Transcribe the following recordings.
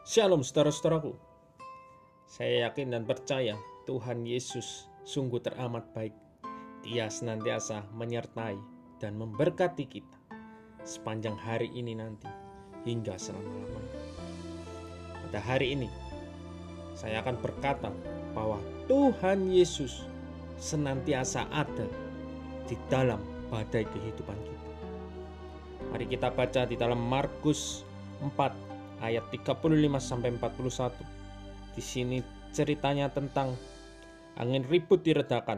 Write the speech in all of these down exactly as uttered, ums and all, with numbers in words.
Shalom saudara-saudaraku. Saya yakin dan percaya Tuhan Yesus sungguh teramat baik. Dia senantiasa menyertai dan memberkati kita sepanjang hari ini nanti hingga selama-lamanya. Pada hari ini saya akan berkata bahwa Tuhan Yesus senantiasa ada di dalam badai kehidupan kita. Mari kita baca di dalam Markus empat ayat tiga puluh lima sampai empat puluh satu. Di sini ceritanya tentang angin ribut diredakan.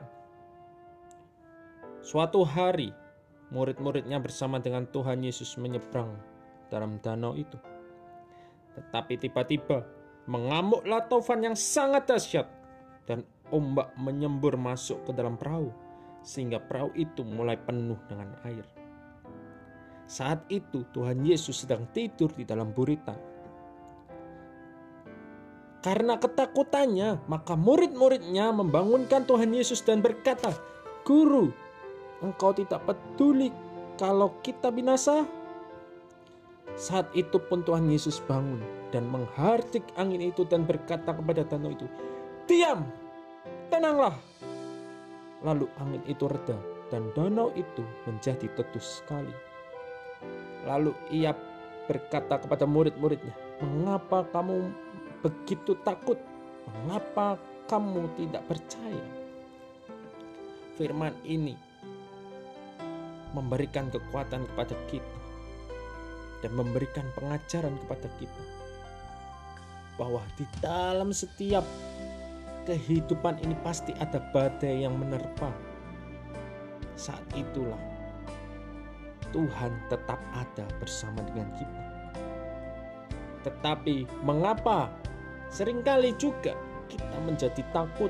Suatu hari, murid-muridnya bersama dengan Tuhan Yesus menyeberang dalam danau itu. Tetapi tiba-tiba mengamuklah taufan yang sangat dahsyat dan ombak menyembur masuk ke dalam perahu sehingga perahu itu mulai penuh dengan air. Saat itu Tuhan Yesus sedang tidur di dalam buritan. Karena ketakutannya, maka murid-muridnya membangunkan Tuhan Yesus dan berkata, "Guru, engkau tidak peduli kalau kita binasa?" Saat itu pun Tuhan Yesus bangun dan menghardik angin itu dan berkata kepada danau itu, "Diam, tenanglah." Lalu angin itu reda dan danau itu menjadi teduh sekali. Lalu ia berkata kepada murid-muridnya, "Mengapa kamu begitu takut? Mengapa kamu tidak percaya?" Firman ini memberikan kekuatan kepada kita dan memberikan pengajaran kepada kita bahwa di dalam setiap kehidupan ini pasti ada badai yang menerpa. Saat itulah Tuhan tetap ada bersama dengan kita. Tetapi mengapa seringkali juga kita menjadi takut?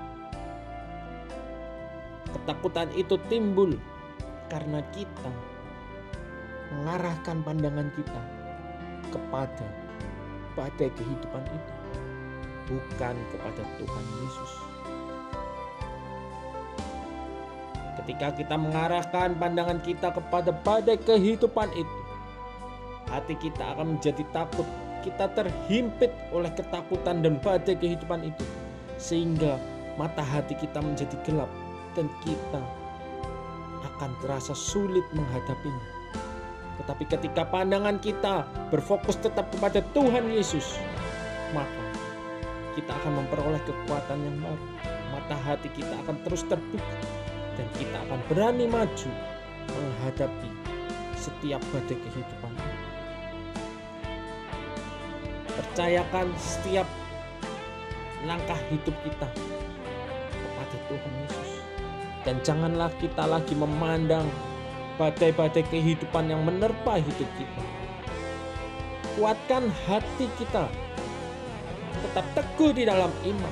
Ketakutan itu timbul karena kita mengarahkan pandangan kita kepada badai kehidupan itu, bukan kepada Tuhan Yesus. Ketika kita mengarahkan pandangan kita kepada badai kehidupan itu, hati kita akan menjadi takut. Kita terhimpit oleh ketakutan dan badai kehidupan itu, sehingga mata hati kita menjadi gelap dan kita akan terasa sulit menghadapinya. Tetapi ketika pandangan kita berfokus tetap kepada Tuhan Yesus, maka kita akan memperoleh kekuatan yang baru. Mata hati kita akan terus terbuka dan kita akan berani maju menghadapi setiap badai kehidupan. Percayakan setiap langkah hidup kita kepada Tuhan Yesus. Dan janganlah kita lagi memandang badai-badai kehidupan yang menerpa hidup kita. Kuatkan hati kita, tetap teguh di dalam iman.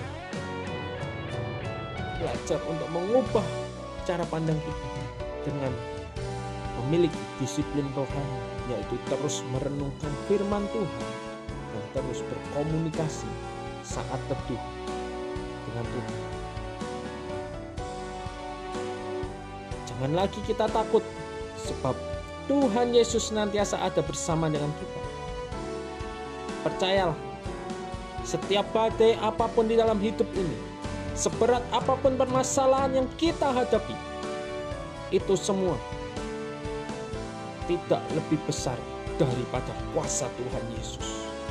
Belajar untuk mengubah cara pandang kita dengan memiliki disiplin rohani, yaitu terus merenungkan firman Tuhan dan terus berkomunikasi saat teduh dengan Tuhan. Jangan lagi kita takut, sebab Tuhan Yesus senantiasa ada bersama dengan kita. Percayalah, setiap badai apapun di dalam hidup ini, seberat apapun permasalahan yang kita hadapi, itu semua tidak lebih besar daripada kuasa Tuhan Yesus.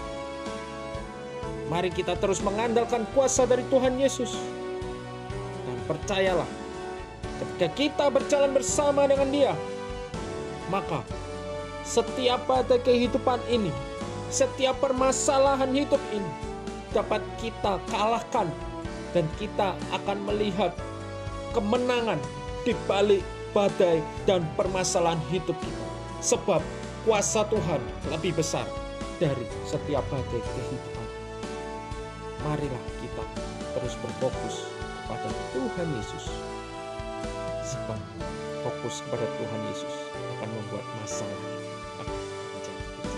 Mari kita terus mengandalkan kuasa dari Tuhan Yesus. Dan percayalah, ketika kita berjalan bersama dengan Dia, maka setiap badai kehidupan ini, setiap permasalahan hidup ini dapat kita kalahkan. Dan kita akan melihat kemenangan di balik badai dan permasalahan hidup kita. Sebab kuasa Tuhan lebih besar dari setiap badai kehidupan. Marilah kita terus berfokus pada Tuhan Yesus. Sebab fokus kepada Tuhan Yesus akan membuat masalah akan menjadi kecil.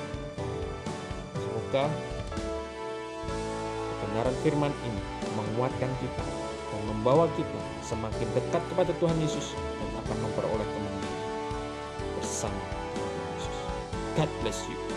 Semoga kebenaran firman ini menguatkan kita dan membawa kita semakin dekat kepada Tuhan Yesus dan akan memperoleh kemenangan bersama Tuhan Yesus. God bless you.